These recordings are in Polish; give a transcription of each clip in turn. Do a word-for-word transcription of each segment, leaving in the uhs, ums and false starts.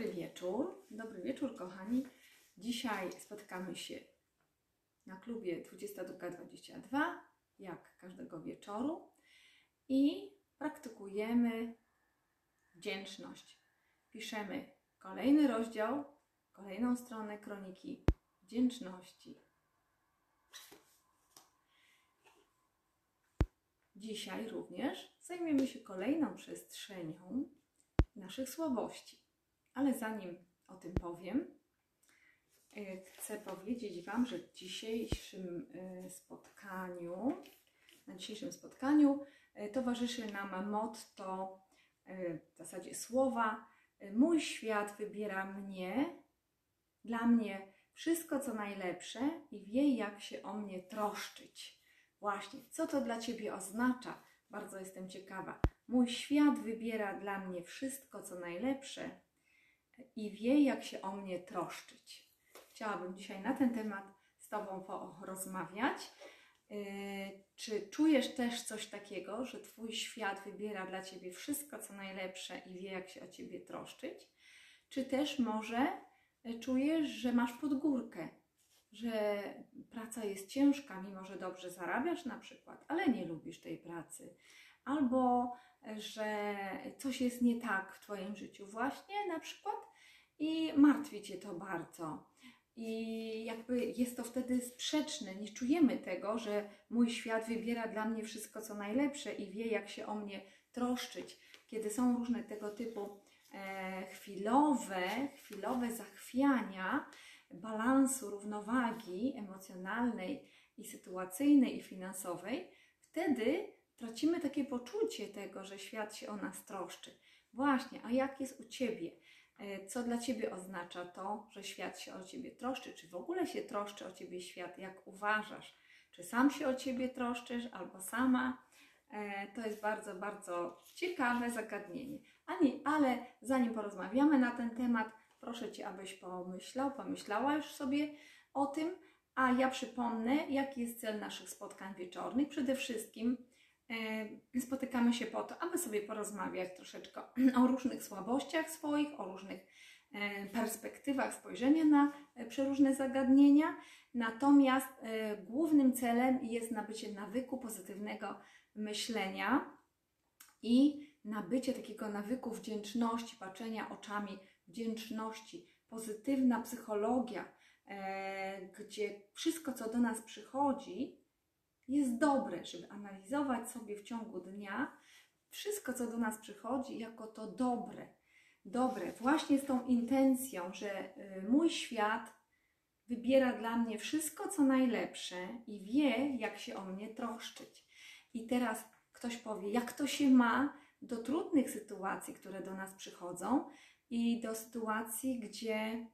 Dobry wieczór, dobry wieczór kochani. Dzisiaj spotykamy się na klubie dwudziesta druga dwadzieścia dwa, jak każdego wieczoru, i praktykujemy wdzięczność. Piszemy kolejny rozdział, kolejną stronę kroniki wdzięczności. Dzisiaj również zajmiemy się kolejną przestrzenią naszych słabości. Ale zanim o tym powiem, chcę powiedzieć Wam, że w dzisiejszym spotkaniu, na dzisiejszym spotkaniu towarzyszy nam motto, w zasadzie słowa: mój świat wybiera mnie, dla mnie wszystko co najlepsze i wie, jak się o mnie troszczyć. Właśnie, co to dla Ciebie oznacza? Bardzo jestem ciekawa. Mój świat wybiera dla mnie wszystko co najlepsze i wie, jak się o mnie troszczyć. Chciałabym dzisiaj na ten temat z Tobą porozmawiać. Yy, czy czujesz też coś takiego, że Twój świat wybiera dla Ciebie wszystko co najlepsze i wie, jak się o Ciebie troszczyć? Czy też może czujesz, że masz podgórkę, że praca jest ciężka, mimo że dobrze zarabiasz na przykład, ale nie lubisz tej pracy? Albo że coś jest nie tak w Twoim życiu właśnie na przykład i martwi Cię to bardzo. I jakby jest to wtedy sprzeczne, nie czujemy tego, że mój świat wybiera dla mnie wszystko co najlepsze i wie, jak się o mnie troszczyć. Kiedy są różne tego typu e, chwilowe, chwilowe zachwiania balansu, równowagi emocjonalnej i sytuacyjnej i finansowej, wtedy tracimy takie poczucie tego, że świat się o nas troszczy. Właśnie, a jak jest u Ciebie? Co dla Ciebie oznacza to, że świat się o Ciebie troszczy? Czy w ogóle się troszczy o Ciebie świat? Jak uważasz? Czy sam się o Ciebie troszczysz albo sama? To jest bardzo, bardzo ciekawe zagadnienie. Ale zanim porozmawiamy na ten temat, proszę Cię, abyś pomyślał, pomyślała już sobie o tym, a ja przypomnę, jaki jest cel naszych spotkań wieczornych. Przede wszystkim spotykamy się po to, aby sobie porozmawiać troszeczkę o różnych słabościach swoich, o różnych perspektywach spojrzenia na przeróżne zagadnienia. Natomiast głównym celem jest nabycie nawyku pozytywnego myślenia i nabycie takiego nawyku wdzięczności, patrzenia oczami wdzięczności, pozytywna psychologia, gdzie wszystko, co do nas przychodzi, jest dobre, żeby analizować sobie w ciągu dnia wszystko, co do nas przychodzi, jako to dobre. Dobre, właśnie z tą intencją, że mój świat wybiera dla mnie wszystko, co najlepsze i wie, jak się o mnie troszczyć. I teraz ktoś powie, jak to się ma do trudnych sytuacji, które do nas przychodzą i do sytuacji, gdzie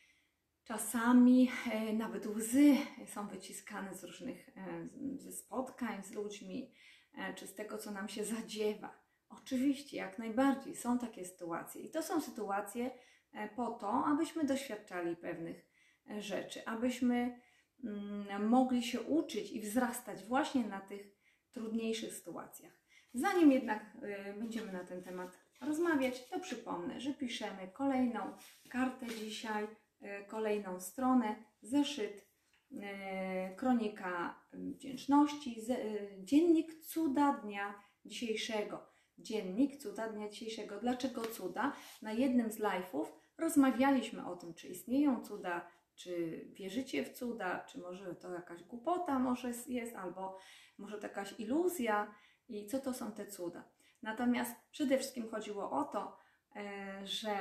czasami e, nawet łzy są wyciskane z różnych e, ze spotkań z ludźmi, e, czy z tego, co nam się zadziewa. Oczywiście, jak najbardziej są takie sytuacje i to są sytuacje e, po to, abyśmy doświadczali pewnych e, rzeczy, abyśmy mm, mogli się uczyć i wzrastać właśnie na tych trudniejszych sytuacjach. Zanim jednak e, będziemy na ten temat rozmawiać, to przypomnę, że piszemy kolejną kartę dzisiaj, kolejną stronę, zeszyt, e, kronika wdzięczności, z, e, dziennik cuda dnia dzisiejszego. Dziennik cuda dnia dzisiejszego. Dlaczego cuda? Na jednym z live'ów rozmawialiśmy o tym, czy istnieją cuda, czy wierzycie w cuda, czy może to jakaś głupota może jest, albo może to jakaś iluzja i co to są te cuda. Natomiast przede wszystkim chodziło o to, e, że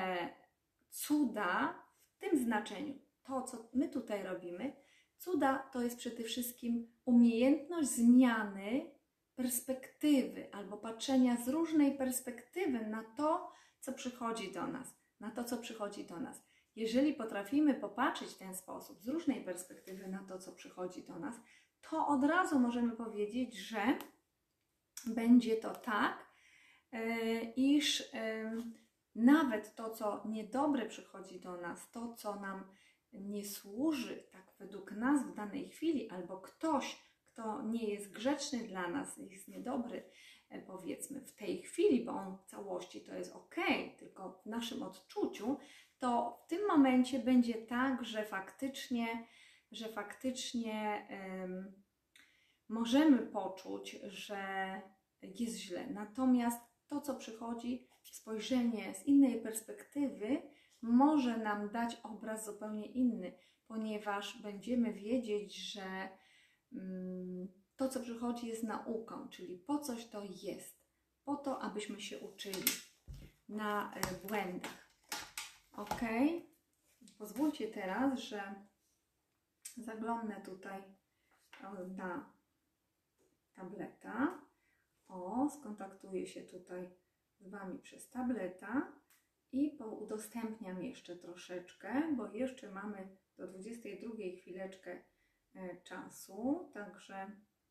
cuda w tym znaczeniu, to co my tutaj robimy, cuda to jest przede wszystkim umiejętność zmiany perspektywy albo patrzenia z różnej perspektywy na to, co przychodzi do nas, na to, co przychodzi do nas. Jeżeli potrafimy popatrzeć w ten sposób, z różnej perspektywy na to, co przychodzi do nas, to od razu możemy powiedzieć, że będzie to tak, yy, iż yy, nawet to, co niedobre przychodzi do nas, to, co nam nie służy, tak według nas w danej chwili, albo ktoś, kto nie jest grzeczny dla nas, jest niedobry, powiedzmy, w tej chwili, bo on w całości to jest ok, tylko w naszym odczuciu, to w tym momencie będzie tak, że faktycznie, że faktycznie um, możemy poczuć, że jest źle. Natomiast to, co przychodzi, spojrzenie z innej perspektywy, może nam dać obraz zupełnie inny, ponieważ będziemy wiedzieć, że um, to, co przychodzi, jest nauką, czyli po coś to jest, po to, abyśmy się uczyli na y, błędach. Ok? Pozwólcie teraz, że zaglądnę tutaj na tableta. O, skontaktuję się tutaj z Wami przez tableta i udostępniam jeszcze troszeczkę, bo jeszcze mamy do dwudziestej drugiej chwileczkę czasu, także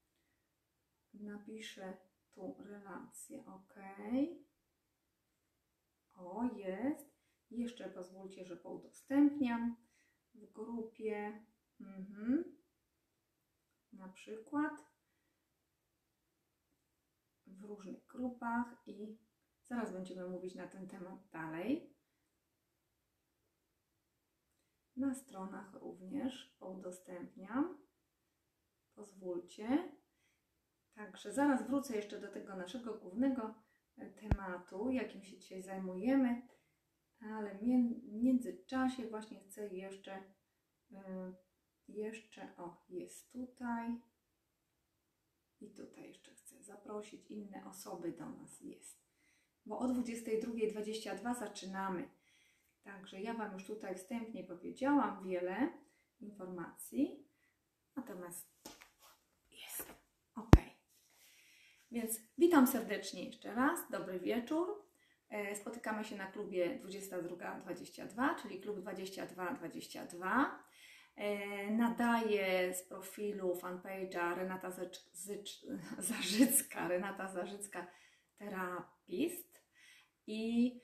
napiszę tu relację. Ok. O, jest. Jeszcze pozwólcie, że poudostępniam w grupie. Mhm. Na przykład w różnych grupach i zaraz będziemy mówić na ten temat dalej. Na stronach również poudostępniam. Pozwólcie. Także zaraz wrócę jeszcze do tego naszego głównego tematu, jakim się dzisiaj zajmujemy, ale w międzyczasie właśnie chcę jeszcze, jeszcze, o, jest tutaj i tutaj jeszcze chcę zaprosić inne osoby do nas, jest, bo o dwudziestej drugiej dwadzieścia dwa zaczynamy, także ja Wam już tutaj wstępnie powiedziałam wiele informacji, natomiast jest, ok. Więc witam serdecznie jeszcze raz, dobry wieczór. Spotykamy się na klubie dwudziesta druga dwadzieścia dwa, czyli klub dwadzieścia dwa dwadzieścia dwa. Nadaję z profilu fanpage'a Renata Zycz, Zarzycka, Renata Zarzycka Terapist i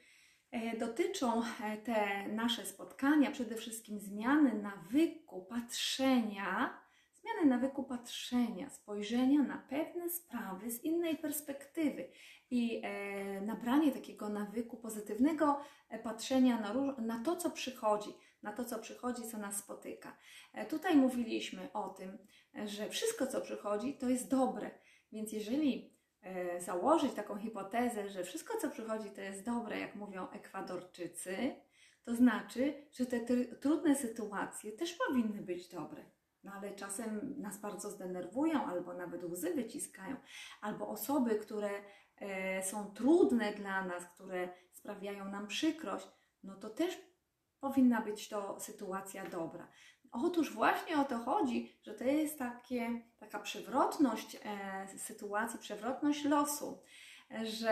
dotyczą te nasze spotkania przede wszystkim zmiany nawyku patrzenia, zmiany nawyku patrzenia, spojrzenia na pewne sprawy z innej perspektywy i e, nabranie takiego nawyku pozytywnego patrzenia na, na to, co przychodzi, na to, co przychodzi, co nas spotyka. E, tutaj mówiliśmy o tym, że wszystko, co przychodzi, to jest dobre, więc jeżeli e, założyć taką hipotezę, że wszystko, co przychodzi, to jest dobre, jak mówią Ekwadorczycy, to znaczy, że te trudne sytuacje też powinny być dobre. No ale czasem nas bardzo zdenerwują, albo nawet łzy wyciskają, albo osoby, które e, są trudne dla nas, które sprawiają nam przykrość, no to też powinna być to sytuacja dobra. Otóż właśnie o to chodzi, że to jest takie, taka przewrotność e, sytuacji, przewrotność losu, że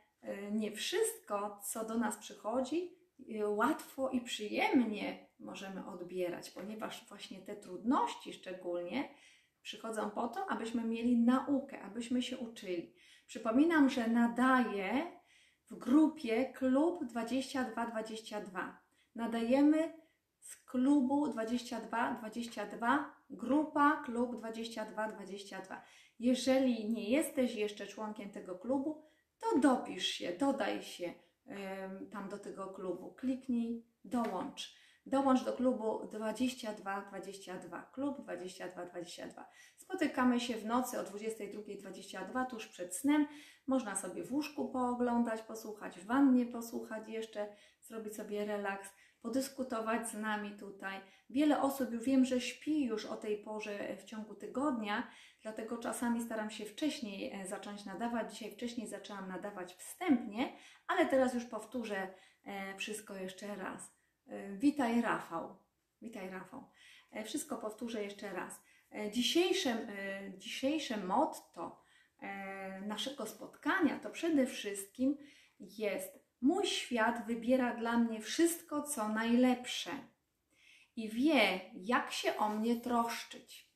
e, nie wszystko, co do nas przychodzi, e, łatwo i przyjemnie możemy odbierać, ponieważ właśnie te trudności szczególnie przychodzą po to, abyśmy mieli naukę, abyśmy się uczyli. Przypominam, że nadaję w grupie Klub dwadzieścia dwa dwadzieścia dwa. Nadajemy z klubu dwadzieścia dwa dwadzieścia dwa, grupa Klub dwadzieścia dwa dwadzieścia dwa. Jeżeli nie jesteś jeszcze członkiem tego klubu, to dopisz się, dodaj się yy, tam do tego klubu, kliknij, dołącz. Dołącz do klubu dwadzieścia dwa dwadzieścia dwa, klub dwadzieścia dwa dwadzieścia dwa. Spotykamy się w nocy o dwudziestej drugiej dwadzieścia dwa, tuż przed snem. Można sobie w łóżku pooglądać, posłuchać, w wannie posłuchać jeszcze, zrobić sobie relaks, podyskutować z nami tutaj. Wiele osób już wiem, że śpi już o tej porze w ciągu tygodnia, dlatego czasami staram się wcześniej zacząć nadawać. Dzisiaj wcześniej zaczęłam nadawać wstępnie, ale teraz już powtórzę wszystko jeszcze raz. Witaj Rafał, witaj Rafał. Wszystko powtórzę jeszcze raz. Dzisiejsze, dzisiejsze motto naszego spotkania to przede wszystkim jest: mój świat wybiera dla mnie wszystko, co najlepsze i wie, jak się o mnie troszczyć.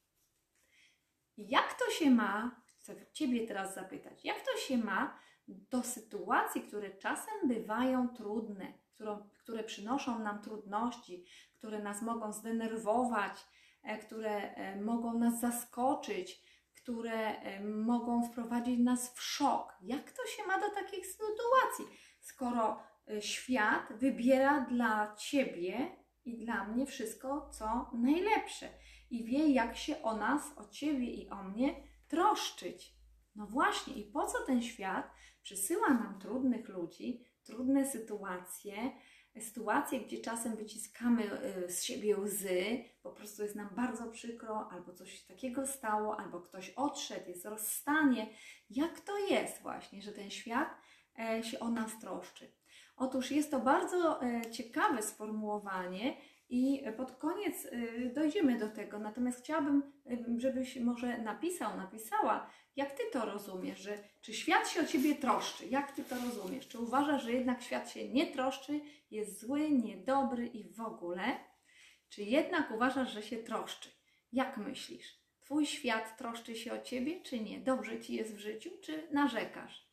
Jak to się ma, chcę Ciebie teraz zapytać, jak to się ma do sytuacji, które czasem bywają trudne, które, które przynoszą nam trudności, które nas mogą zdenerwować, które mogą nas zaskoczyć, które mogą wprowadzić nas w szok. Jak to się ma do takich sytuacji, skoro świat wybiera dla Ciebie i dla mnie wszystko, co najlepsze. I wie, jak się o nas, o Ciebie i o mnie troszczyć. No właśnie, i po co ten świat przysyła nam trudnych ludzi, trudne sytuacje, sytuacje, gdzie czasem wyciskamy z siebie łzy, po prostu jest nam bardzo przykro, albo coś takiego stało, albo ktoś odszedł, jest rozstanie. Jak to jest właśnie, że ten świat się o nas troszczy? Otóż jest to bardzo ciekawe sformułowanie i pod koniec dojdziemy do tego, natomiast chciałabym, żebyś może napisał, napisała, jak Ty to rozumiesz, że czy świat się o Ciebie troszczy, jak Ty to rozumiesz, czy uważasz, że jednak świat się nie troszczy, jest zły, niedobry i w ogóle, czy jednak uważasz, że się troszczy? Jak myślisz? Twój świat troszczy się o Ciebie, czy nie? Dobrze Ci jest w życiu, czy narzekasz?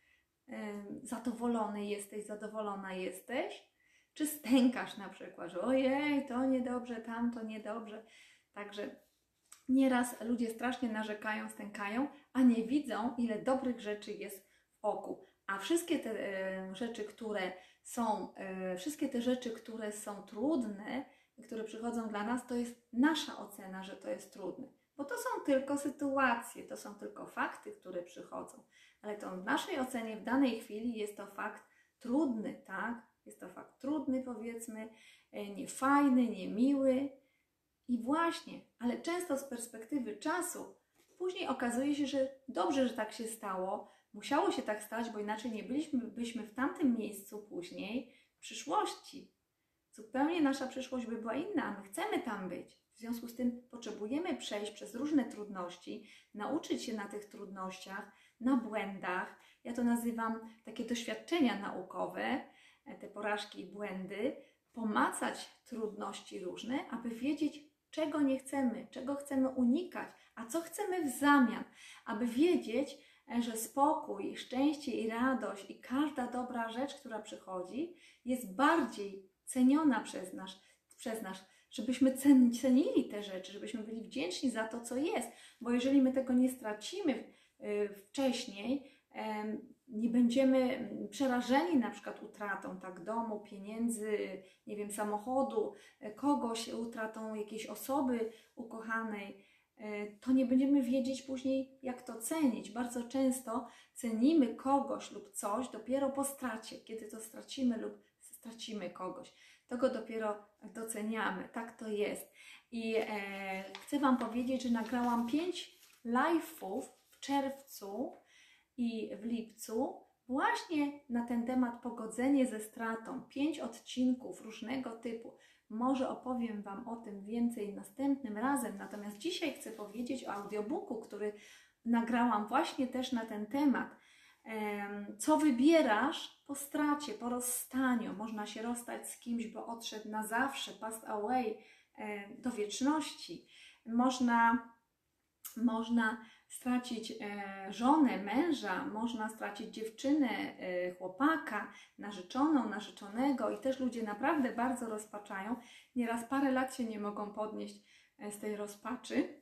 Zadowolony jesteś, zadowolona jesteś? Czy stękasz na przykład, że ojej, to niedobrze, tamto niedobrze. Także nieraz ludzie strasznie narzekają, stękają, a nie widzą, ile dobrych rzeczy jest w oku. A wszystkie te e, rzeczy, które są, e, wszystkie te rzeczy, które są trudne, które przychodzą dla nas, to jest nasza ocena, że to jest trudne. Bo to są tylko sytuacje, to są tylko fakty, które przychodzą. Ale to w naszej ocenie w danej chwili jest to fakt trudny, tak? Jest to fakt trudny, powiedzmy, niefajny, niemiły. I właśnie, ale często z perspektywy czasu później okazuje się, że dobrze, że tak się stało, musiało się tak stać, bo inaczej nie byliśmy byśmy w tamtym miejscu później, w przyszłości. Zupełnie nasza przyszłość by była inna, a my chcemy tam być. W związku z tym potrzebujemy przejść przez różne trudności, nauczyć się na tych trudnościach, na błędach. Ja to nazywam takie doświadczenia naukowe, te porażki i błędy, pomacać trudności różne, aby wiedzieć, czego nie chcemy, czego chcemy unikać, a co chcemy w zamian, aby wiedzieć, że spokój, szczęście i radość i każda dobra rzecz, która przychodzi, jest bardziej ceniona przez nas, przez nas, żebyśmy cenili te rzeczy, żebyśmy byli wdzięczni za to, co jest, bo jeżeli my tego nie stracimy wcześniej, nie będziemy przerażeni na przykład utratą tak domu, pieniędzy, nie wiem, samochodu, kogoś, utratą jakiejś osoby ukochanej, to nie będziemy wiedzieć później, jak to cenić. Bardzo często cenimy kogoś lub coś dopiero po stracie, kiedy to stracimy lub stracimy kogoś. To go dopiero doceniamy. Tak to jest. I e, chcę Wam powiedzieć, że nagrałam pięć live'ów w czerwcu i w lipcu właśnie na ten temat pogodzenie ze stratą. Pięć odcinków różnego typu. Może opowiem Wam o tym więcej następnym razem, natomiast dzisiaj chcę powiedzieć o audiobooku, który nagrałam właśnie też na ten temat. Co wybierasz po stracie, po rozstaniu? Można się rozstać z kimś, bo odszedł na zawsze, passed away, do wieczności. Można, można stracić żonę, męża, można stracić dziewczynę, chłopaka, narzeczoną, narzeczonego i też ludzie naprawdę bardzo rozpaczają. Nieraz parę lat się nie mogą podnieść z tej rozpaczy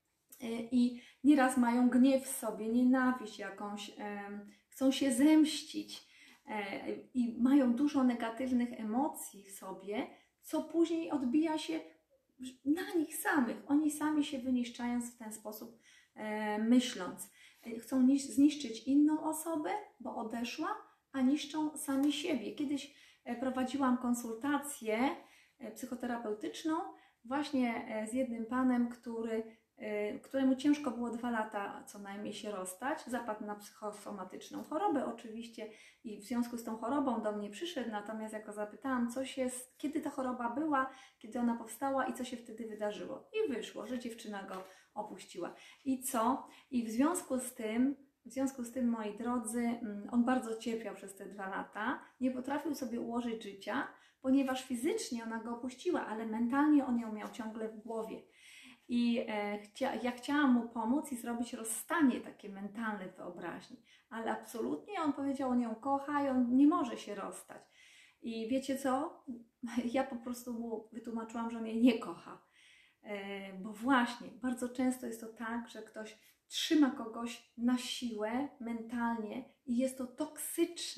i nieraz mają gniew w sobie, nienawiść jakąś, chcą się zemścić i mają dużo negatywnych emocji w sobie, co później odbija się na nich samych. Oni sami się wyniszczają w ten sposób, myśląc. Chcą zniszczyć inną osobę, bo odeszła, a niszczą sami siebie. Kiedyś prowadziłam konsultację psychoterapeutyczną właśnie z jednym panem, który, któremu ciężko było dwa lata co najmniej się rozstać. Zapadł na psychosomatyczną chorobę oczywiście i w związku z tą chorobą do mnie przyszedł, natomiast jak go zapytałam, co się, kiedy ta choroba była, kiedy ona powstała i co się wtedy wydarzyło. I wyszło, że dziewczyna go opuściła. I co? I w związku z tym, w związku z tym, moi drodzy, on bardzo cierpiał przez te dwa lata, nie potrafił sobie ułożyć życia, ponieważ fizycznie ona go opuściła, ale mentalnie on ją miał ciągle w głowie. I e, chcia, ja chciałam mu pomóc i zrobić rozstanie takie mentalne w wyobraźni, ale absolutnie on powiedział, on ją kocha i on nie może się rozstać. I wiecie co? Ja po prostu mu wytłumaczyłam, że on jej nie kocha. E, bo właśnie, bardzo często jest to tak, że ktoś trzyma kogoś na siłę mentalnie i jest to toksyczne.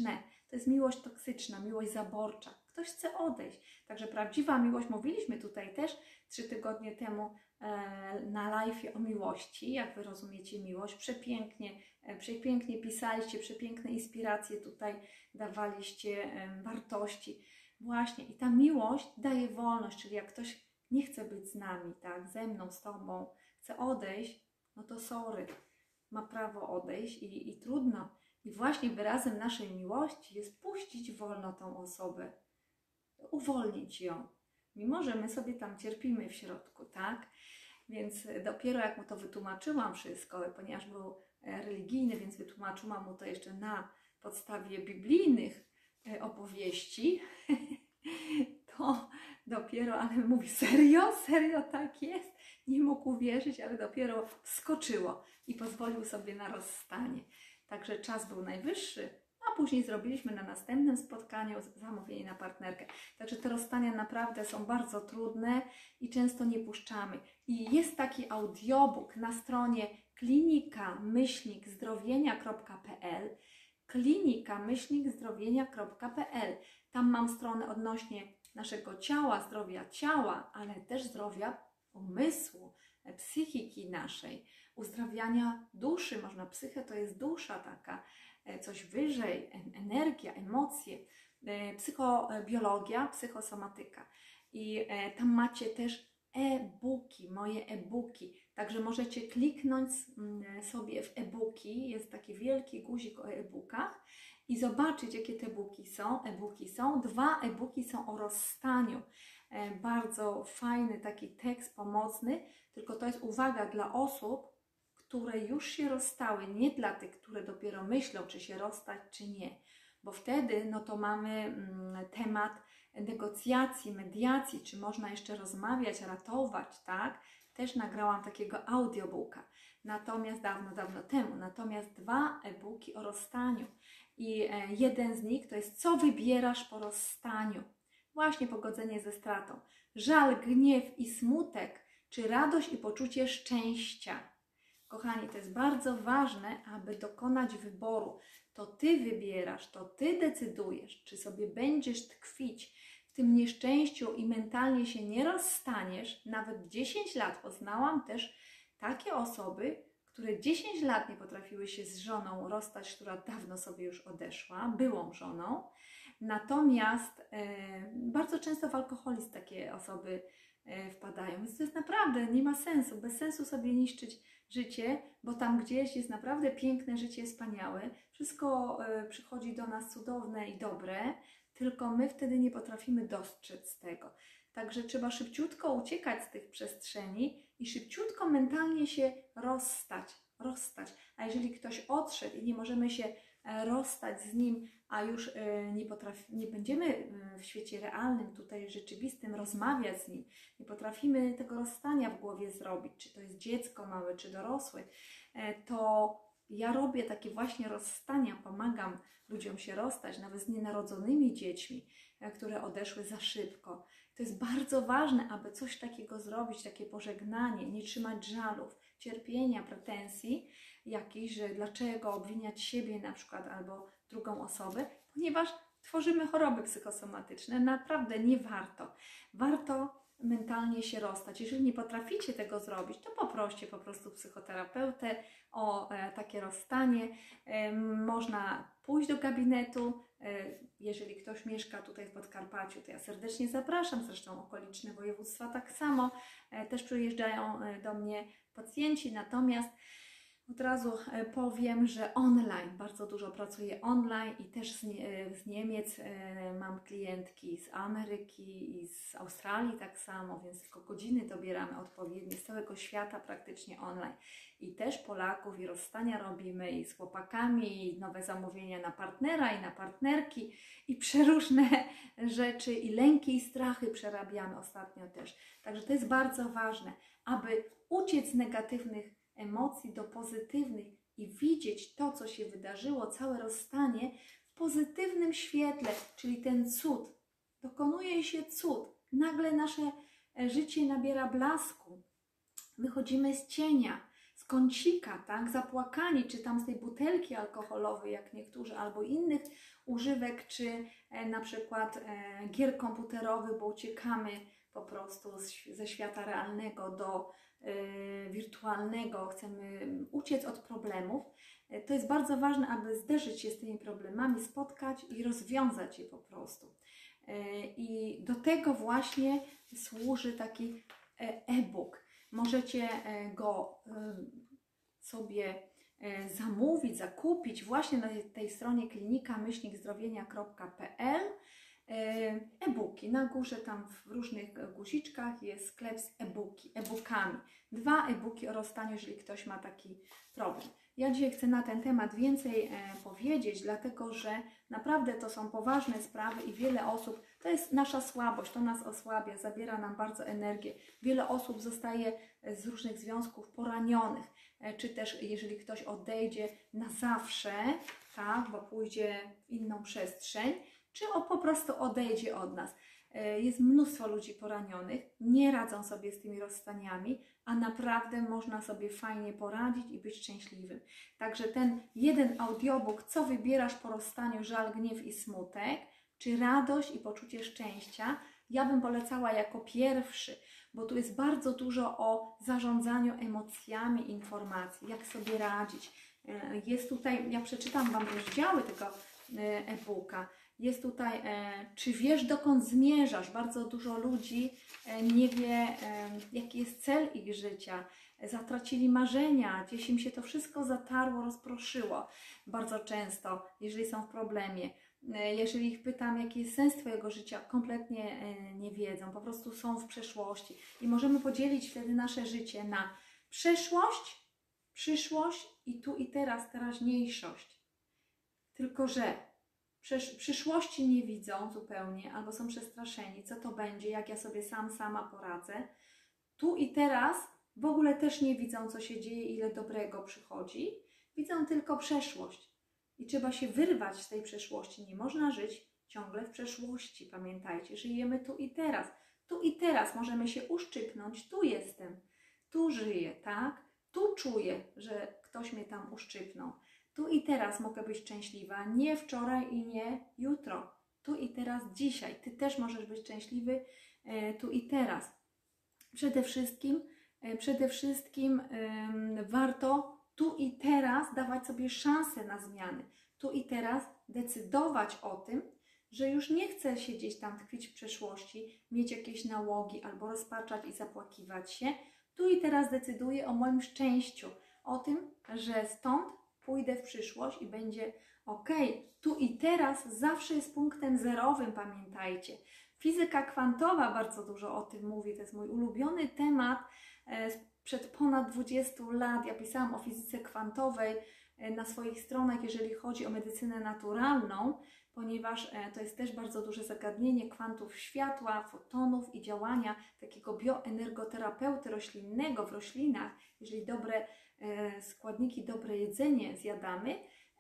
to jest miłość toksyczna, miłość zaborcza. Ktoś chce odejść. Także prawdziwa miłość, mówiliśmy tutaj też trzy tygodnie temu na live'ie o miłości, jak Wy rozumiecie miłość. Przepięknie, przepięknie pisaliście, przepiękne inspiracje tutaj dawaliście, wartości. Właśnie i ta miłość daje wolność, czyli jak ktoś nie chce być z nami, tak, ze mną, z Tobą, chce odejść, no to sorry, ma prawo odejść i, i trudno. I właśnie wyrazem naszej miłości jest puścić wolno tą osobę, uwolnić ją. Mimo że my sobie tam cierpimy w środku, tak? Więc dopiero jak mu to wytłumaczyłam wszystko, ponieważ był religijny, więc wytłumaczyłam mu to jeszcze na podstawie biblijnych opowieści, to dopiero, ale mówi, serio? Serio tak jest? Nie mógł uwierzyć, ale dopiero wskoczyło i pozwolił sobie na rozstanie. Także czas był najwyższy, a później zrobiliśmy na następnym spotkaniu zamówienie na partnerkę. Także te rozstania naprawdę są bardzo trudne i często nie puszczamy. I jest taki audiobook na stronie klinika myślnik zdrowienia kropka p l klinika myślnik zdrowienia kropka p l. Tam mam stronę odnośnie naszego ciała, zdrowia ciała, ale też zdrowia umysłu, psychiki naszej, uzdrawiania duszy. Można, psychę to jest dusza taka, coś wyżej, energia, emocje, psychobiologia, psychosomatyka. I tam macie też e-booki, moje e-booki. Także możecie kliknąć sobie w e-booki, jest taki wielki guzik o e-bookach i zobaczyć, jakie te booki są. E-booki są, dwa e-booki są o rozstaniu. Bardzo fajny taki tekst pomocny, tylko to jest uwaga dla osób, które już się rozstały, nie dla tych, które dopiero myślą, czy się rozstać, czy nie. Bo wtedy no to mamy mm, temat negocjacji, mediacji, czy można jeszcze rozmawiać, ratować, tak? Też nagrałam takiego audiobooka, natomiast dawno, dawno temu. Natomiast dwa e-booki o rozstaniu i e, jeden z nich to jest co wybierasz po rozstaniu? Właśnie pogodzenie ze stratą. Żal, gniew i smutek, czy radość i poczucie szczęścia. Kochani, to jest bardzo ważne, aby dokonać wyboru. To Ty wybierasz, to Ty decydujesz, czy sobie będziesz tkwić w tym nieszczęściu i mentalnie się nie rozstaniesz. Nawet dziesięć lat poznałam też takie osoby, które dziesięć lat nie potrafiły się z żoną rozstać, która dawno sobie już odeszła, byłą żoną. Natomiast e, bardzo często w alkoholizm takie osoby e, wpadają. Więc to jest naprawdę, nie ma sensu, bez sensu sobie niszczyć życie, bo tam gdzieś jest naprawdę piękne życie, wspaniałe. Wszystko e, przychodzi do nas cudowne i dobre, tylko my wtedy nie potrafimy dostrzec tego. Także trzeba szybciutko uciekać z tych przestrzeni i szybciutko mentalnie się rozstać, rozstać. A jeżeli ktoś odszedł i nie możemy się rozstać z nim, a już nie, potrafi, nie będziemy w świecie realnym, tutaj rzeczywistym rozmawiać z nim, nie potrafimy tego rozstania w głowie zrobić, czy to jest dziecko małe, czy dorosły, to ja robię takie właśnie rozstania, pomagam ludziom się rozstać, nawet z nienarodzonymi dziećmi, które odeszły za szybko. To jest bardzo ważne, aby coś takiego zrobić, takie pożegnanie, nie trzymać żalów, cierpienia, pretensji jakichś, że dlaczego obwiniać siebie na przykład albo drugą osobę, ponieważ tworzymy choroby psychosomatyczne. Naprawdę nie warto. Warto mentalnie się rozstać. Jeżeli nie potraficie tego zrobić, to poproście po prostu psychoterapeutę o e, takie rozstanie. E, można pójść do gabinetu. E, jeżeli ktoś mieszka tutaj w Podkarpaciu, to ja serdecznie zapraszam. Zresztą okoliczne województwa tak samo. E, też przyjeżdżają e, do mnie pacjenci. Natomiast od razu powiem, że online, bardzo dużo pracuję online i też z, nie, z Niemiec e, mam klientki, z Ameryki i z Australii tak samo, więc tylko godziny dobieramy odpowiednie, z całego świata praktycznie online. I też Polaków i rozstania robimy i z chłopakami, i nowe zamówienia na partnera i na partnerki i przeróżne rzeczy i lęki i strachy przerabiamy ostatnio też. Także to jest bardzo ważne, aby uciec z negatywnych emocji do pozytywnych i widzieć to, co się wydarzyło, całe rozstanie w pozytywnym świetle, czyli ten cud. Dokonuje się cud. Nagle nasze życie nabiera blasku. Wychodzimy z cienia, z kącika, tak, zapłakani, czy tam z tej butelki alkoholowej, jak niektórzy, albo innych używek, czy e, na przykład e, gier komputerowych, bo uciekamy po prostu z, ze świata realnego do e, wirtualnego, chcemy uciec od problemów. E, to jest bardzo ważne, aby zderzyć się z tymi problemami, spotkać i rozwiązać je po prostu. E, I do tego właśnie służy taki e-book. Możecie go sobie zamówić, zakupić właśnie na tej stronie klinika myślnik zdrowienia kropka p l. E-booki. Na górze tam w różnych guziczkach jest sklep z e-booki, e-bookami. Dwa e-booki o rozstaniu, jeżeli ktoś ma taki problem. Ja dzisiaj chcę na ten temat więcej e, powiedzieć, dlatego że naprawdę to są poważne sprawy i wiele osób, to jest nasza słabość, to nas osłabia, zabiera nam bardzo energię. Wiele osób zostaje z różnych związków poranionych, e, czy też jeżeli ktoś odejdzie na zawsze, tak, bo pójdzie w inną przestrzeń, czy o, po prostu odejdzie od nas. Jest mnóstwo ludzi poranionych, nie radzą sobie z tymi rozstaniami, a naprawdę można sobie fajnie poradzić i być szczęśliwym. Także ten jeden audiobook, co wybierasz po rozstaniu, żal, gniew i smutek, czy radość i poczucie szczęścia, ja bym polecała jako pierwszy, bo tu jest bardzo dużo o zarządzaniu emocjami informacji, jak sobie radzić. Jest tutaj, ja przeczytam Wam rozdziały tego e-booka. Jest tutaj, e, czy wiesz, dokąd zmierzasz? Bardzo dużo ludzi e, nie wie, e, jaki jest cel ich życia. Zatracili marzenia, gdzieś im się to wszystko zatarło, rozproszyło. Bardzo często, jeżeli są w problemie. E, jeżeli ich pytam, jaki jest sens Twojego życia, kompletnie e, nie wiedzą. Po prostu są w przeszłości. I możemy podzielić wtedy nasze życie na przeszłość, przyszłość i tu i teraz, teraźniejszość. Tylko że przyszłości nie widzą zupełnie, albo są przestraszeni, co to będzie, jak ja sobie sam, sama poradzę. Tu i teraz w ogóle też nie widzą, co się dzieje, ile dobrego przychodzi. Widzą tylko przeszłość. I trzeba się wyrwać z tej przeszłości. Nie można żyć ciągle w przeszłości. Pamiętajcie, żyjemy tu i teraz. Tu i teraz możemy się uszczypnąć. Tu jestem, tu żyję, tak? Tu czuję, że ktoś mnie tam uszczypnął. Tu i teraz mogę być szczęśliwa, nie wczoraj i nie jutro. Tu i teraz, dzisiaj. Ty też możesz być szczęśliwy e, tu i teraz. Przede wszystkim, e, przede wszystkim e, warto tu i teraz dawać sobie szansę na zmiany. Tu i teraz decydować o tym, że już nie chcę siedzieć tam, tkwić w przeszłości, mieć jakieś nałogi albo rozpaczać i zapłakiwać się. Tu i teraz decyduję o moim szczęściu, o tym, że stąd pójdę w przyszłość i będzie ok. Tu i teraz zawsze jest punktem zerowym, pamiętajcie. Fizyka kwantowa bardzo dużo o tym mówi, to jest mój ulubiony temat. Przed ponad dwudziestu lat ja pisałam o fizyce kwantowej na swoich stronach, jeżeli chodzi o medycynę naturalną, ponieważ to jest też bardzo duże zagadnienie kwantów światła, fotonów i działania takiego bioenergoterapeuty roślinnego w roślinach. Jeżeli dobre składniki, dobre jedzenie zjadamy,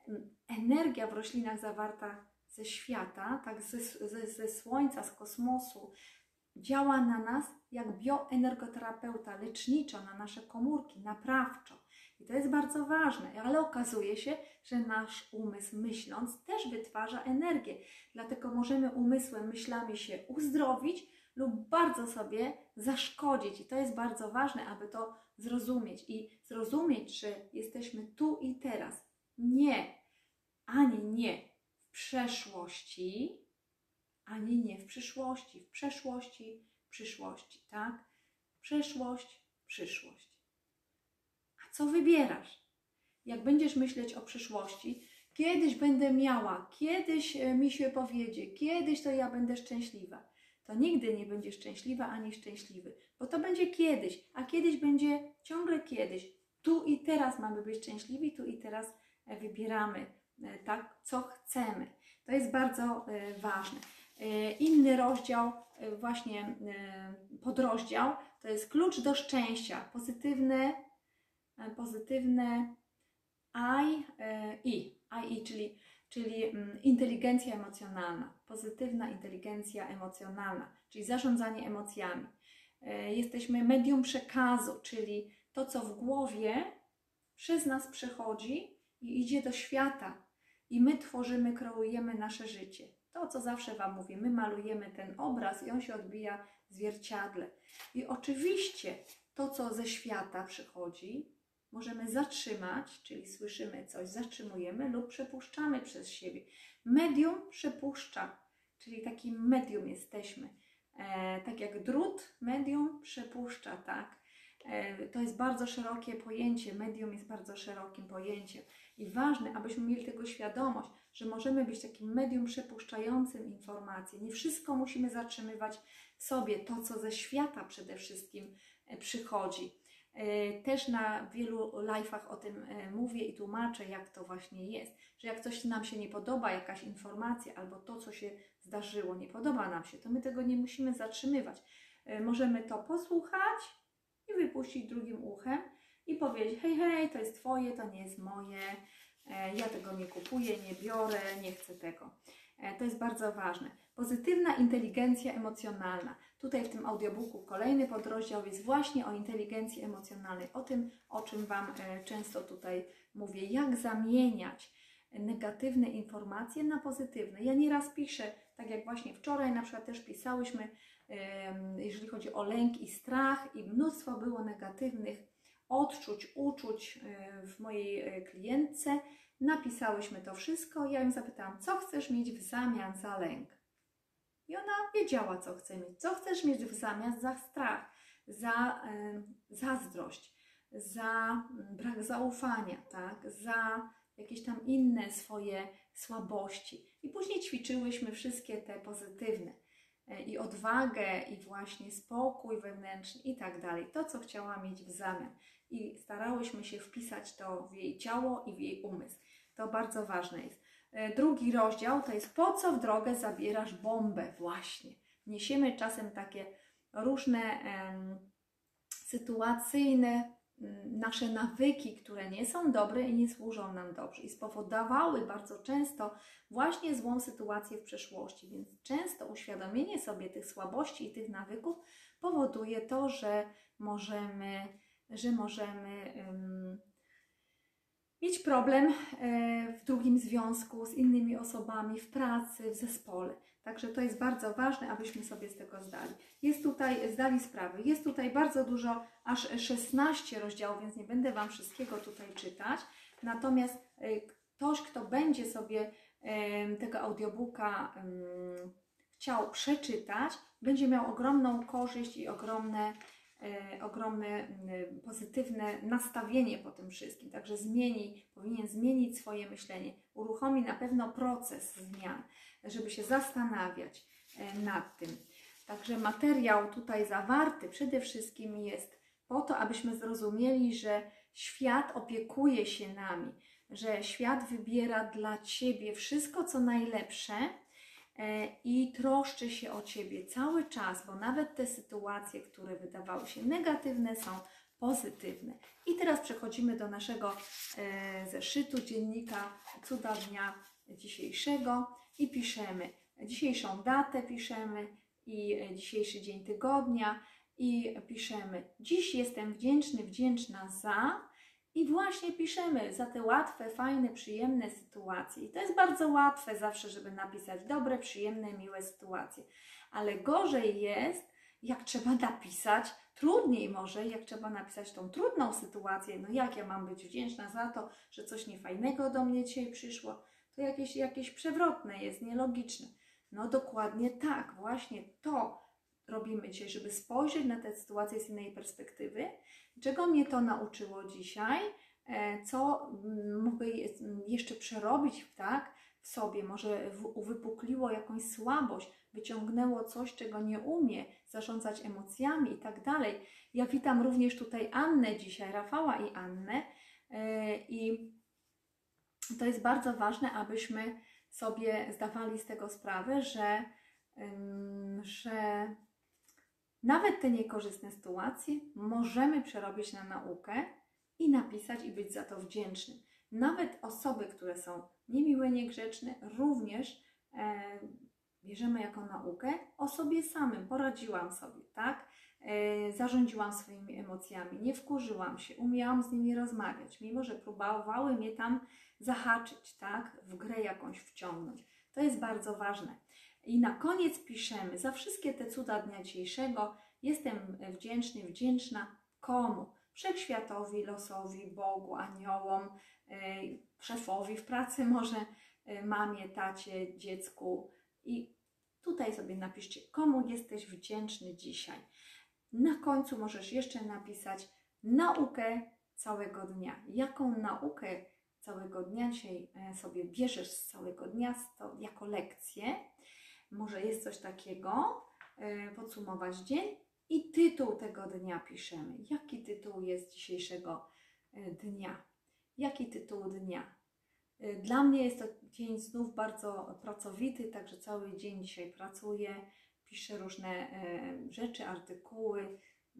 energia w roślinach zawarta ze świata, tak ze, ze, ze słońca, z kosmosu, działa na nas jak bioenergoterapeuta, leczniczo, na nasze komórki, naprawczo. I to jest bardzo ważne, ale okazuje się, że nasz umysł, myśląc, też wytwarza energię. Dlatego możemy umysłem, myślami się uzdrowić lub bardzo sobie zaszkodzić. I to jest bardzo ważne, aby to zrozumieć. I zrozumieć, że jesteśmy tu i teraz. Nie, ani nie w przeszłości, ani nie w przyszłości. W przeszłości, przyszłości, tak? Przeszłość, przyszłość. A co wybierasz? Jak będziesz myśleć o przyszłości, kiedyś będę miała, kiedyś mi się powiedzie, kiedyś to ja będę szczęśliwa, to nigdy nie będziesz szczęśliwa ani szczęśliwy, bo to będzie kiedyś, a kiedyś będzie ciągle kiedyś. Tu i teraz mamy być szczęśliwi, tu i teraz wybieramy, tak, co chcemy. To jest bardzo ważne. Inny rozdział, właśnie podrozdział, to jest klucz do szczęścia. Pozytywne, pozytywne I, I, I, czyli, czyli inteligencja emocjonalna. Pozytywna inteligencja emocjonalna, czyli zarządzanie emocjami. Jesteśmy medium przekazu, czyli to, co w głowie, przez nas przechodzi i idzie do świata. I my tworzymy, kreujemy nasze życie. To, co zawsze Wam mówię, my malujemy ten obraz i on się odbija w zwierciadle. I oczywiście to, co ze świata przychodzi, możemy zatrzymać, czyli słyszymy coś, zatrzymujemy lub przepuszczamy przez siebie. Medium przepuszcza, czyli takim medium jesteśmy. E, tak jak drut, medium przepuszcza, tak? E, to jest bardzo szerokie pojęcie, medium jest bardzo szerokim pojęciem. I ważne, abyśmy mieli tego świadomość, że możemy być takim medium przepuszczającym informacje. Nie wszystko musimy zatrzymywać w sobie, to co ze świata przede wszystkim przychodzi. Też na wielu live'ach o tym mówię i tłumaczę, jak to właśnie jest, że jak coś nam się nie podoba, jakaś informacja albo to, co się zdarzyło, nie podoba nam się, to my tego nie musimy zatrzymywać. Możemy to posłuchać i wypuścić drugim uchem i powiedzieć: hej, hej, to jest Twoje, to nie jest moje, ja tego nie kupuję, nie biorę, nie chcę tego. To jest bardzo ważne. Pozytywna inteligencja emocjonalna. Tutaj w tym audiobooku kolejny podrozdział jest właśnie o inteligencji emocjonalnej, o tym, o czym Wam często tutaj mówię, jak zamieniać negatywne informacje na pozytywne. Ja nieraz piszę, tak jak właśnie wczoraj na przykład też pisałyśmy, jeżeli chodzi o lęk i strach, i mnóstwo było negatywnych odczuć, uczuć w mojej klientce. Napisałyśmy to wszystko, ja ją zapytałam, co chcesz mieć w zamian za lęk? I ona wiedziała, co chce mieć. Co chcesz mieć w zamian za strach, za y, zazdrość, za brak zaufania, tak? Za jakieś tam inne swoje słabości. I później ćwiczyłyśmy wszystkie te pozytywne. Y, I odwagę, i właśnie spokój wewnętrzny i tak dalej. To, co chciała mieć w zamian. I starałyśmy się wpisać to w jej ciało i w jej umysł. To bardzo ważne jest. Drugi rozdział to jest: po co w drogę zabierasz bombę? Właśnie. Niesiemy czasem takie różne em, sytuacyjne em, nasze nawyki, które nie są dobre i nie służą nam dobrze. I spowodowały bardzo często właśnie złą sytuację w przeszłości. Więc często uświadomienie sobie tych słabości i tych nawyków powoduje to, że możemy, że możemy um, mieć problem w drugim związku z innymi osobami, w pracy, w zespole. Także to jest bardzo ważne, abyśmy sobie z tego zdali. Jest tutaj, zdali sprawę. Jest tutaj bardzo dużo, aż szesnaście rozdziałów, więc nie będę Wam wszystkiego tutaj czytać. Natomiast ktoś, kto będzie sobie tego audiobooka chciał przeczytać, będzie miał ogromną korzyść i ogromne E, ogromne e, pozytywne nastawienie po tym wszystkim. Także zmieni, powinien zmienić swoje myślenie. Uruchomi na pewno proces zmian, żeby się zastanawiać e, nad tym. Także materiał tutaj zawarty przede wszystkim jest po to, abyśmy zrozumieli, że świat opiekuje się nami, że świat wybiera dla Ciebie wszystko, co najlepsze, i troszczy się o Ciebie cały czas, bo nawet te sytuacje, które wydawały się negatywne, są pozytywne. I teraz przechodzimy do naszego e, zeszytu, dziennika Cuda dnia dzisiejszego i piszemy dzisiejszą datę, piszemy i dzisiejszy dzień tygodnia i piszemy: dziś jestem wdzięczny, wdzięczna za... I właśnie piszemy za te łatwe, fajne, przyjemne sytuacje. I to jest bardzo łatwe zawsze, żeby napisać dobre, przyjemne, miłe sytuacje. Ale gorzej jest, jak trzeba napisać, trudniej może, jak trzeba napisać tą trudną sytuację. No jak ja mam być wdzięczna za to, że coś niefajnego do mnie dzisiaj przyszło? To jakieś, jakieś przewrotne jest, nielogiczne. No dokładnie tak, właśnie to robimy dzisiaj, żeby spojrzeć na tę sytuację z innej perspektywy. Czego mnie to nauczyło dzisiaj? Co mogę jeszcze przerobić, tak, w sobie? Może uwypukliło jakąś słabość, wyciągnęło coś, czego nie umie, zarządzać emocjami i tak dalej. Ja witam również tutaj Annę dzisiaj, Rafała i Annę. I to jest bardzo ważne, abyśmy sobie zdawali z tego sprawę, że, że nawet te niekorzystne sytuacje możemy przerobić na naukę i napisać i być za to wdzięcznym. Nawet osoby, które są niemiłe, niegrzeczne, również e, bierzemy jako naukę o sobie samym. Poradziłam sobie, tak? e, zarządziłam swoimi emocjami, nie wkurzyłam się, umiałam z nimi rozmawiać, mimo że próbowały mnie tam zahaczyć, tak, w grę jakąś wciągnąć. To jest bardzo ważne. I na koniec piszemy: za wszystkie te cuda dnia dzisiejszego jestem wdzięczny, wdzięczna komu? Wszechświatowi, losowi, Bogu, aniołom, yy, szefowi w pracy, może yy, mamie, tacie, dziecku. I tutaj sobie napiszcie, komu jesteś wdzięczny dzisiaj. Na końcu możesz jeszcze napisać naukę całego dnia. Jaką naukę całego dnia dzisiaj sobie bierzesz z całego dnia to jako lekcję? Może jest coś takiego, yy, podsumować dzień i tytuł tego dnia piszemy. Jaki tytuł jest dzisiejszego yy, dnia? Jaki tytuł dnia? Yy, dla mnie jest to dzień znów bardzo pracowity, także cały dzień dzisiaj pracuję, piszę różne yy, rzeczy, artykuły,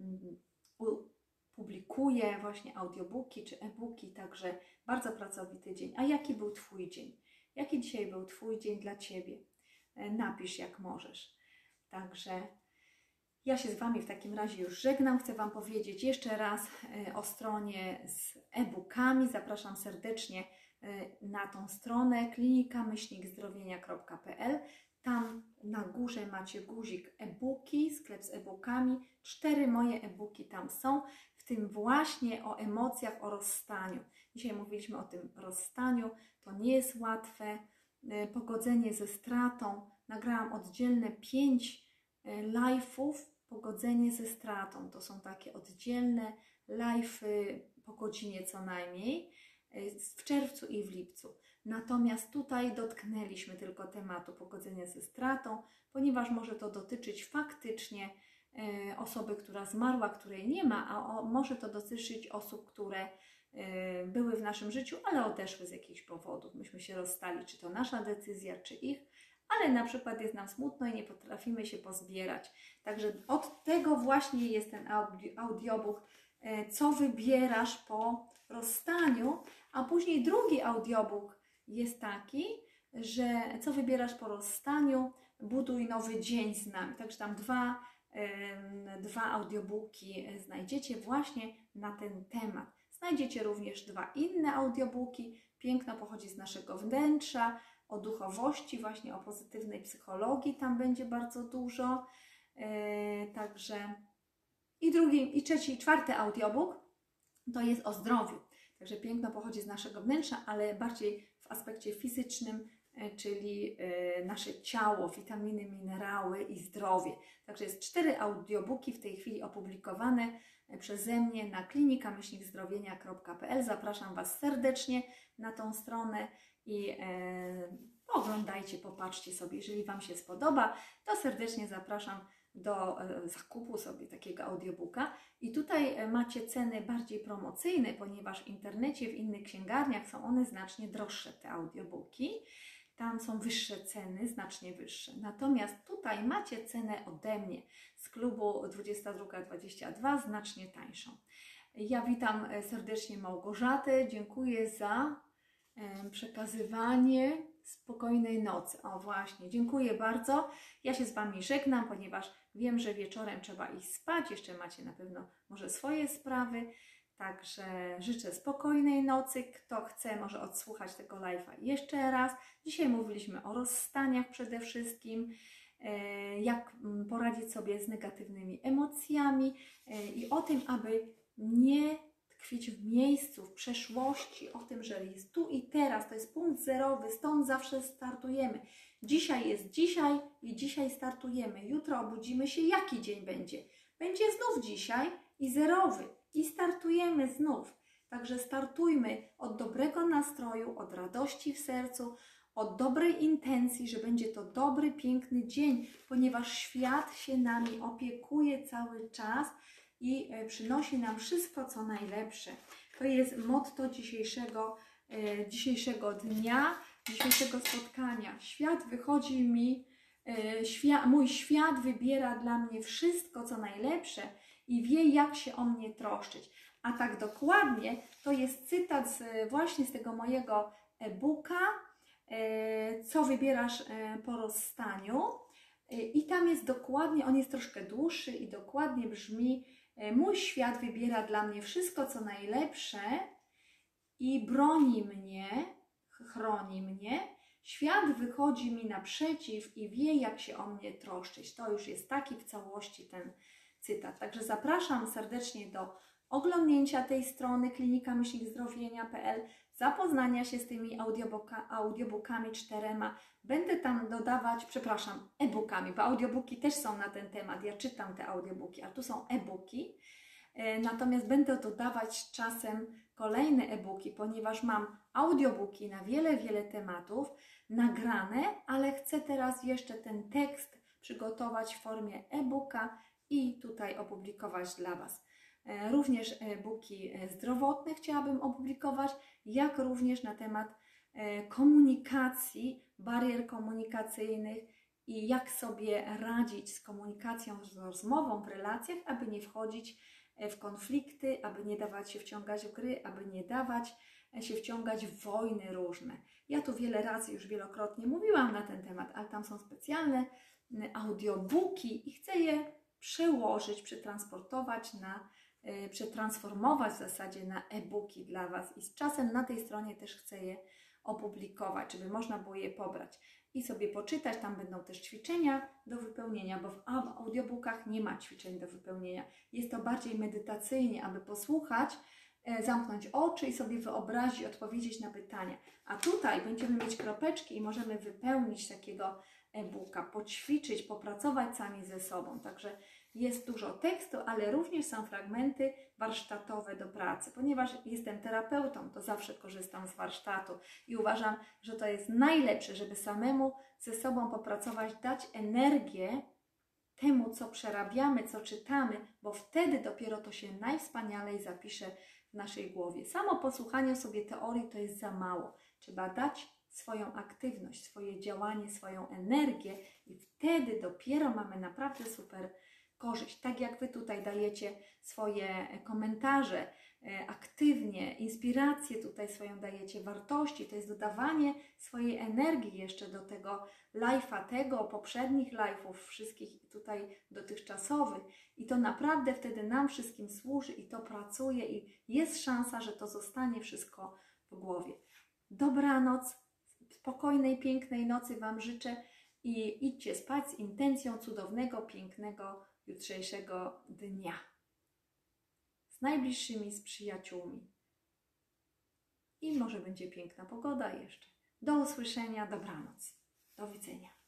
yy, publikuję właśnie audiobooki czy e-booki, także bardzo pracowity dzień. A jaki był Twój dzień? Jaki dzisiaj był Twój dzień dla Ciebie? Napisz jak możesz. Także ja się z Wami w takim razie już żegnam. Chcę Wam powiedzieć jeszcze raz o stronie z e-bookami. Zapraszam serdecznie na tą stronę klinika myślnik zdrowienia kropka p l. Tam na górze macie guzik e-booki, sklep z e-bookami. Cztery moje e-booki tam są, w tym właśnie o emocjach, o rozstaniu. Dzisiaj mówiliśmy o tym rozstaniu. To nie jest łatwe. Pogodzenie ze stratą. Nagrałam oddzielne pięć live'ów, pogodzenie ze stratą. To są takie oddzielne live'y po godzinie co najmniej, w czerwcu i w lipcu. Natomiast tutaj dotknęliśmy tylko tematu pogodzenia ze stratą, ponieważ może to dotyczyć faktycznie osoby, która zmarła, której nie ma, a o, może to dotyczyć osób, które były w naszym życiu, ale odeszły z jakichś powodów. Myśmy się rozstali, czy to nasza decyzja, czy ich, ale na przykład jest nam smutno i nie potrafimy się pozbierać. Także od tego właśnie jest ten audiobook, co wybierasz po rozstaniu, a później drugi audiobook jest taki, że co wybierasz po rozstaniu, buduj nowy dzień z nami. Także tam dwa, dwa audiobooki znajdziecie właśnie na ten temat. Znajdziecie również dwa inne audiobooki. Piękno pochodzi z naszego wnętrza, o duchowości, właśnie o pozytywnej psychologii, tam będzie bardzo dużo. Yy, także i drugi, i trzeci, i czwarty audiobook to jest o zdrowiu. Także piękno pochodzi z naszego wnętrza, ale bardziej w aspekcie fizycznym, yy, czyli yy, nasze ciało, witaminy, minerały i zdrowie. Także jest cztery audiobooki w tej chwili opublikowane przeze mnie na klinika myślnik zdrowienia kropka p l. Zapraszam Was serdecznie na tą stronę i e, oglądajcie, popatrzcie sobie. Jeżeli Wam się spodoba, to serdecznie zapraszam do e, zakupu sobie takiego audiobooka. I tutaj macie ceny bardziej promocyjne, ponieważ w internecie, w innych księgarniach są one znacznie droższe, te audiobooki. Tam są wyższe ceny, znacznie wyższe. Natomiast tutaj macie cenę ode mnie z klubu dwadzieścia dwa dwadzieścia dwa, znacznie tańszą. Ja witam serdecznie Małgorzatę, dziękuję za e, przekazywanie spokojnej nocy. O właśnie, dziękuję bardzo. Ja się z Wami żegnam, ponieważ wiem, że wieczorem trzeba iść spać, jeszcze macie na pewno może swoje sprawy. Także życzę spokojnej nocy. Kto chce, może odsłuchać tego live'a jeszcze raz. Dzisiaj mówiliśmy o rozstaniach przede wszystkim, jak poradzić sobie z negatywnymi emocjami i o tym, aby nie tkwić w miejscu, w przeszłości, o tym, że jest tu i teraz, to jest punkt zerowy, stąd zawsze startujemy. Dzisiaj jest dzisiaj i dzisiaj startujemy. Jutro obudzimy się, jaki dzień będzie? Będzie znów dzisiaj i zerowy. I startujemy znów. Także startujmy od dobrego nastroju, od radości w sercu, od dobrej intencji, że będzie to dobry, piękny dzień, ponieważ świat się nami opiekuje cały czas i przynosi nam wszystko, co najlepsze. To jest motto dzisiejszego, e, dzisiejszego dnia, dzisiejszego spotkania. Świat wychodzi mi, e, świat, mój świat wybiera dla mnie wszystko, co najlepsze i wie, jak się o mnie troszczyć. A tak dokładnie to jest cytat z, właśnie z tego mojego e-booka, e, co wybierasz e, po rozstaniu. I tam jest dokładnie, on jest troszkę dłuższy i dokładnie brzmi: mój świat wybiera dla mnie wszystko, co najlepsze i broni mnie, chroni mnie. Świat wychodzi mi naprzeciw i wie, jak się o mnie troszczyć. To już jest taki w całości ten cytat. Także zapraszam serdecznie do oglądnięcia tej strony klinika myślnik zdrowienia kropka p l, zapoznania się z tymi audiobooka, audiobookami czterema. Będę tam dodawać, przepraszam, e-bookami, bo audiobooki też są na ten temat. Ja czytam te audiobooki, a tu są e-booki. Natomiast będę dodawać czasem kolejne e-booki, ponieważ mam audiobooki na wiele, wiele tematów nagrane, ale chcę teraz jeszcze ten tekst przygotować w formie e-booka i tutaj opublikować dla Was. Również e-booki zdrowotne chciałabym opublikować, jak również na temat komunikacji, barier komunikacyjnych i jak sobie radzić z komunikacją, z rozmową w relacjach, aby nie wchodzić w konflikty, aby nie dawać się wciągać w gry, aby nie dawać się wciągać w wojny różne. Ja tu wiele razy już wielokrotnie mówiłam na ten temat, ale tam są specjalne audiobooki i chcę je przełożyć, przetransportować na, przetransformować w zasadzie na e-booki dla Was i z czasem na tej stronie też chcę je opublikować, żeby można było je pobrać i sobie poczytać. Tam będą też ćwiczenia do wypełnienia, bo w audiobookach nie ma ćwiczeń do wypełnienia. Jest to bardziej medytacyjnie, aby posłuchać, e, zamknąć oczy i sobie wyobrazić, odpowiedzieć na pytania. A tutaj będziemy mieć kropeczki i możemy wypełnić takiego e-booka, poćwiczyć, popracować sami ze sobą. Także jest dużo tekstu, ale również są fragmenty warsztatowe do pracy. Ponieważ jestem terapeutą, to zawsze korzystam z warsztatu i uważam, że to jest najlepsze, żeby samemu ze sobą popracować, dać energię temu, co przerabiamy, co czytamy, bo wtedy dopiero to się najwspanialej zapisze w naszej głowie. Samo posłuchanie sobie teorii to jest za mało. Trzeba dać swoją aktywność, swoje działanie, swoją energię i wtedy dopiero mamy naprawdę super korzyść. Tak jak Wy tutaj dajecie swoje komentarze aktywnie, inspirację tutaj swoją dajecie, wartości, to jest dodawanie swojej energii jeszcze do tego live'a, tego, poprzednich live'ów, wszystkich tutaj dotychczasowych i to naprawdę wtedy nam wszystkim służy i to pracuje i jest szansa, że to zostanie wszystko w głowie. Dobranoc, spokojnej, pięknej nocy Wam życzę i idźcie spać z intencją cudownego, pięknego jutrzejszego dnia. Z najbliższymi, z przyjaciółmi. I może będzie piękna pogoda jeszcze. Do usłyszenia, dobranoc. Do widzenia.